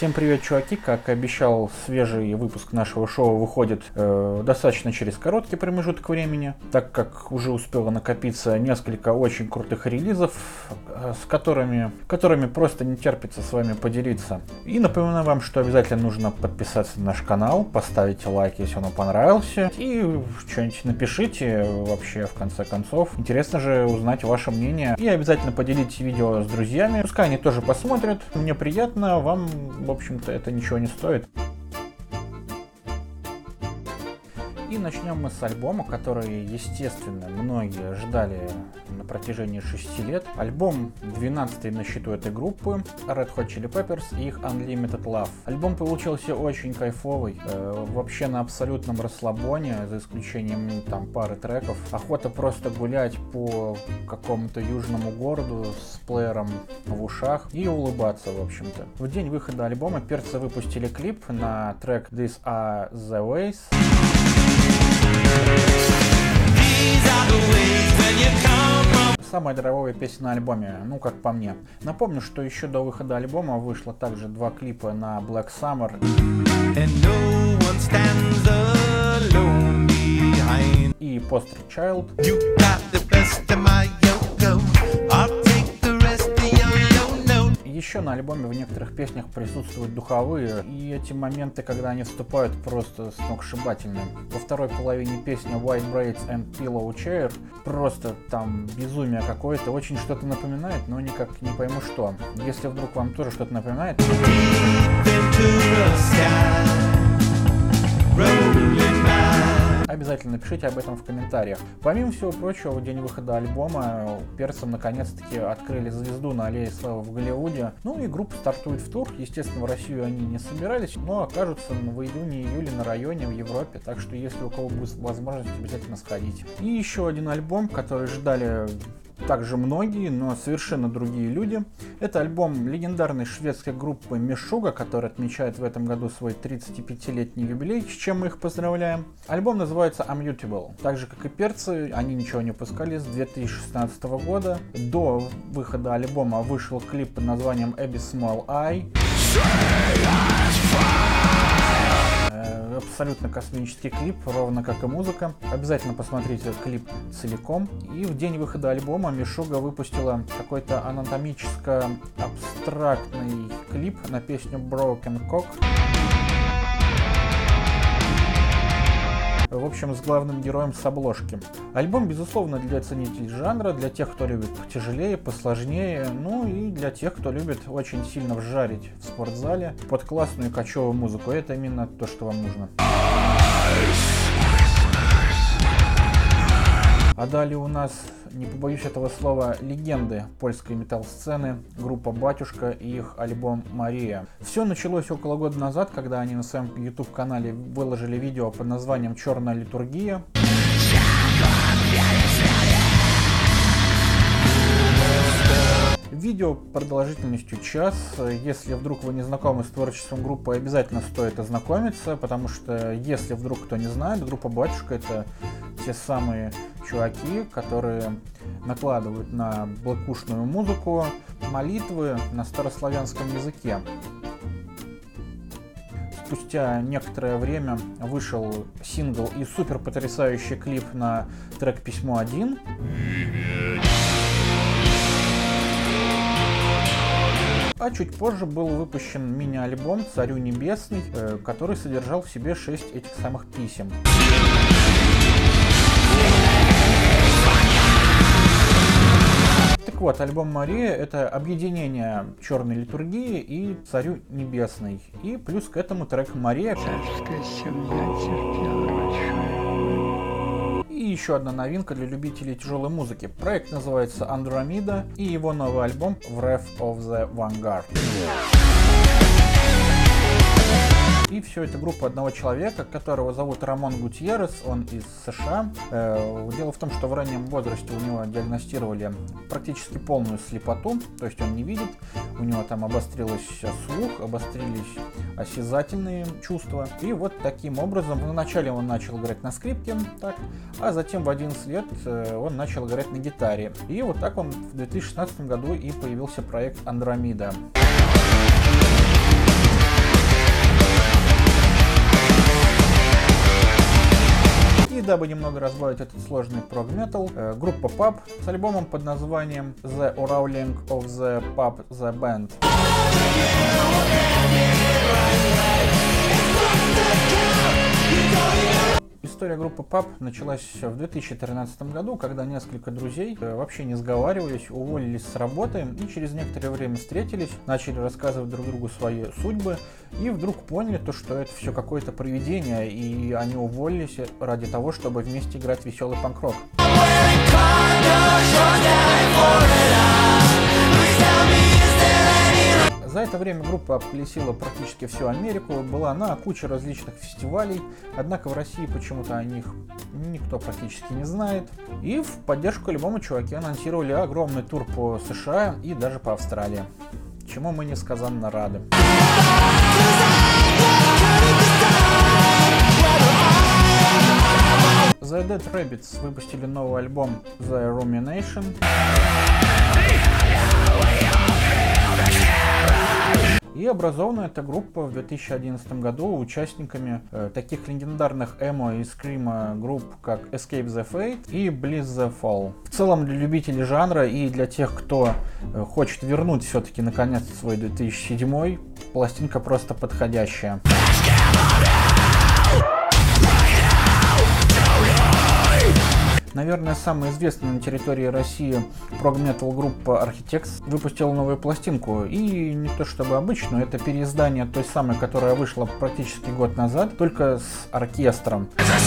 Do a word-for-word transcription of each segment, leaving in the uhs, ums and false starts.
Всем привет, чуваки! Как обещал, свежий выпуск нашего шоу выходит э, достаточно через короткий промежуток времени, так как уже успело накопиться несколько очень крутых релизов, э, с которыми, которыми просто не терпится с вами поделиться. И напоминаю вам, что обязательно нужно подписаться на наш канал, поставить лайк, если он вам понравился, и что-нибудь напишите вообще в конце концов. Интересно же узнать ваше мнение, и обязательно поделите видео с друзьями, пускай они тоже посмотрят. Мне приятно, вам, в общем-то, это ничего не стоит. И начнем мы с альбома, который, естественно, многие ждали на протяжении шести лет. Альбом двенадцатый на счету этой группы, Red Hot Chili Peppers и их Unlimited Love. Альбом получился очень кайфовый, э, вообще на абсолютном расслабоне, за исключением там пары треков. Охота просто гулять по какому-то южному городу с плеером в ушах и улыбаться, в общем-то. В день выхода альбома перцы выпустили клип на трек These Are The Ways. Самая драйвовая песня на альбоме, ну как по мне. Напомню, что еще до выхода альбома вышло также два клипа на Black Summer и Poster Child. Еще на альбоме в некоторых песнях присутствуют духовые, и эти моменты, когда они вступают, просто сногсшибательные. Во второй половине песни White Braids and Pillow Chair просто там безумие какое-то, очень что-то напоминает, но никак не пойму что. Если вдруг вам тоже что-то напоминает, обязательно напишите об этом в комментариях. Помимо всего прочего, в день выхода альбома перцам наконец-таки открыли звезду на Аллее Славы в Голливуде. Ну и группа стартует в тур. Естественно, в Россию они не собирались, но окажутся в июне-июле на районе в Европе. Так что, если у кого будет возможность, обязательно сходите. И еще один альбом, который ждали также многие, но совершенно другие люди. Это альбом легендарной шведской группы Meshuggah, которая отмечает в этом году свой тридцатипятилетний юбилей, с чем мы их поздравляем. Альбом называется Unmutable. Так же, как и перцы, они ничего не выпускали с две тысячи шестнадцатого года. До выхода альбома вышел клип под названием Abby Small Eye. Абсолютно космический клип, ровно как и музыка. Обязательно посмотрите клип целиком. И в день выхода альбома Meshuggah выпустила какой-то анатомическо-абстрактный клип на песню Broken Cock. В общем, с главным героем с обложки. Альбом, безусловно, для ценителей жанра, для тех, кто любит потяжелее, посложнее, ну и для тех, кто любит очень сильно вжарить в спортзале под классную качевую музыку. Это именно то, что вам нужно. А далее у нас, не побоюсь этого слова, легенды польской метал-сцены, группа Батюшка и их альбом «Мария». Все началось около года назад, когда они на своем YouTube-канале выложили видео под названием «Черная литургия». Видео продолжительностью час. Если вдруг вы не знакомы с творчеством группы, обязательно стоит ознакомиться, потому что, если вдруг кто не знает, группа Батюшка — это те самые чуваки, которые накладывают на блэкушную музыку молитвы на старославянском языке. Спустя некоторое время вышел сингл и супер потрясающий клип на трек «Письмо один». А чуть позже был выпущен мини-альбом «Царю небесный», который содержал в себе шесть этих самых писем. Так вот, альбом «Мария» — это объединение «Черной литургии» и «Царю небесный». И плюс к этому трек «Мария». И еще одна новинка для любителей тяжелой музыки. Проект называется Andromeda, и его новый альбом Wrath of the Vanguard. И все это группа одного человека, которого зовут Рамон Гутьеррес, он из США. Дело в том, что в раннем возрасте у него диагностировали практически полную слепоту, то есть он не видит, у него там обострилась слух, обострились осязательные чувства. И вот таким образом, вначале он начал играть на скрипке, так, а затем в одиннадцать лет он начал играть на гитаре. И вот так он в две тысячи шестнадцатом году и появился проект Andromeda. дабы немного разбавить этот сложный прог-метал, э, группа паб с альбомом под названием The Unraveling of the Pub The Band. История группы паб началась в две тысячи тринадцатом году, когда несколько друзей вообще не сговаривались, уволились с работы и через некоторое время встретились, начали рассказывать друг другу свои судьбы и вдруг поняли, то, что это все какое-то провидение, и они уволились ради того, чтобы вместе играть веселый панк-рок. За это время группа обколесила практически всю Америку, была на куче различных фестивалей, однако в России почему-то о них никто практически не знает. И в поддержку альбома чуваки анонсировали огромный тур по США и даже по Австралии, чему мы несказанно рады. The Dead Rabbits выпустили новый альбом The Rumination. И образована эта группа в две тысячи одиннадцатом году участниками э, таких легендарных эмо и скрима групп, как Escape the Fate и Bliss the Fall. В целом для любителей жанра и для тех, кто э, хочет вернуть все-таки наконец свой две тысячи седьмой, пластинка просто подходящая. Наверное, самая известная на территории России прог-метал группа Architects выпустила новую пластинку. И не то чтобы обычную, это переиздание той самой, которая вышла практически год назад, только с оркестром.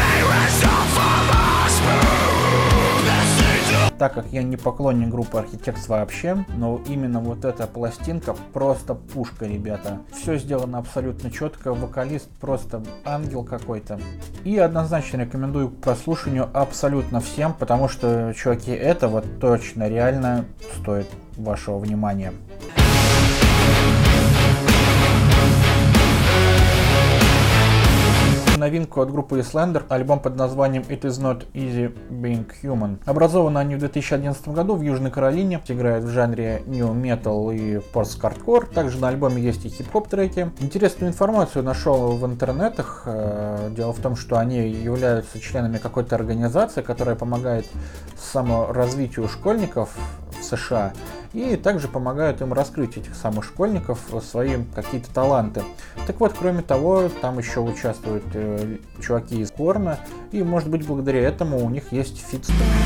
Так как я не поклонник группы Architects вообще, но именно вот эта пластинка просто пушка, ребята. Все сделано абсолютно четко, вокалист просто ангел какой-то. И однозначно рекомендую к прослушиванию абсолютно всем, потому что, чуваки, это вот точно реально стоит вашего внимания. Новинку от группы Ислендер, альбом под названием It Is Not Easy Being Human. Образованы они в две тысячи одиннадцатом году в Южной Каролине, играют в жанре New Metal и Post-Hardcore. Также на альбоме есть и хип-хоп треки. Интересную информацию нашел в интернетах. Дело в том, что они являются членами какой-то организации, которая помогает саморазвитию школьников в США. И также помогают им раскрыть этих самых школьников свои какие-то таланты. Так вот, кроме того, там еще участвуют э, чуваки из Корна, и, может быть, благодаря этому у них есть фит.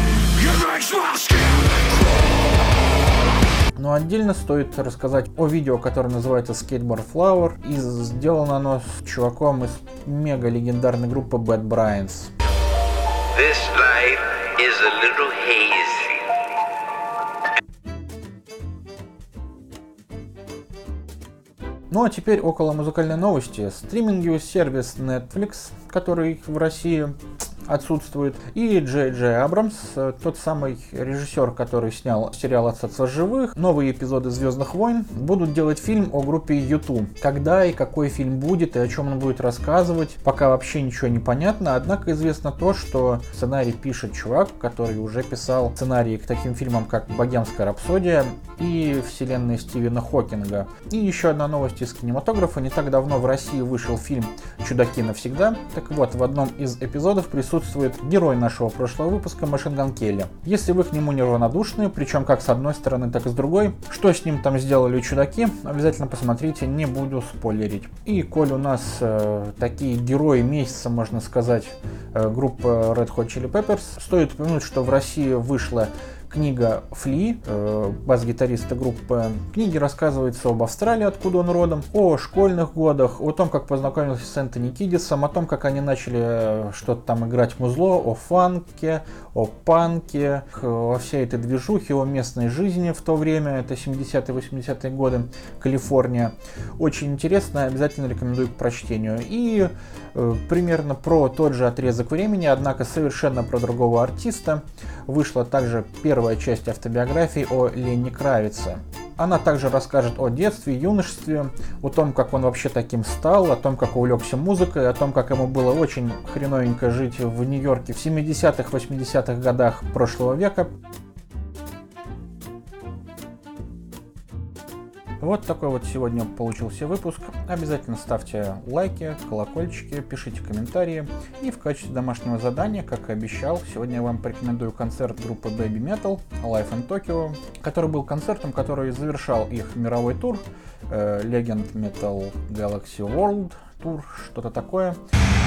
Но отдельно стоит рассказать о видео, которое называется Skateboard Flower, и сделано оно с чуваком из мега легендарной группы Bad Brains. This life is a little hazy. Ну а теперь около музыкальной новости. Стриминговый сервис Netflix, который в России отсутствует, и Джей Джей Абрамс, тот самый режиссер, который снял сериал «Остаться в живых», новые эпизоды «Звездных войн», будут делать фильм о группе ю ту. Когда и какой фильм будет, и о чем он будет рассказывать, пока вообще ничего не понятно, однако известно то, что сценарий пишет чувак, который уже писал сценарии к таким фильмам, как «Богемская рапсодия» и «Вселенная Стивена Хокинга». И еще одна новость из кинематографа. Не так давно в России вышел фильм «Чудаки навсегда». Так вот, в одном из эпизодов присутствует герой нашего прошлого выпуска Машин Ган Келли. Если вы к нему неравнодушны, причем как с одной стороны, так и с другой, что с ним там сделали чудаки, обязательно посмотрите, не буду спойлерить. И коль у нас э, такие герои месяца, можно сказать, э, группа Red Hot Chili Peppers, стоит упомянуть, что в России вышла книга Фли, э, бас-гитариста группы. В книге рассказывается об Австралии, откуда он родом, о школьных годах, о том, как познакомился с Энтони Кидисом, о том, как они начали что-то там играть музло, о фанке, о панке, о всей этой движухе, о местной жизни в то время, это семидесятые восьмидесятые годы, Калифорния. Очень интересно, обязательно рекомендую к прочтению. И э, примерно про тот же отрезок времени, однако совершенно про другого артиста, вышла также первая часть автобиографии о Ленни Кравице. Она также расскажет о детстве, юношестве, о том, как он вообще таким стал, о том, как увлекся музыкой, о том, как ему было очень хреновенько жить в Нью-Йорке в семидесятых восьмидесятых годах прошлого века. Вот такой вот сегодня получился выпуск. Обязательно ставьте лайки, колокольчики, пишите комментарии. И в качестве домашнего задания, как и обещал, сегодня я вам порекомендую концерт группы Baby Metal Live in Tokyo, который был концертом, который завершал их мировой тур э, Legend Metal Galaxy World Tour, что-то такое.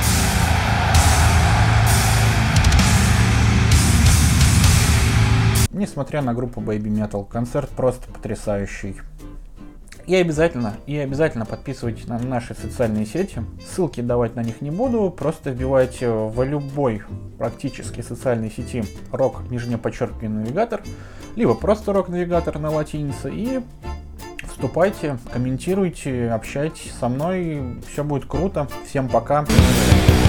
Несмотря на группу Baby Metal, концерт просто потрясающий. И обязательно, и обязательно подписывайтесь на наши социальные сети. Ссылки давать на них не буду, просто вбивайте в любой практически социальной сети рок, нижнее подчеркивание, навигатор, либо просто рок-навигатор на латинице, и вступайте, комментируйте, общайтесь со мной, все будет круто. Всем пока!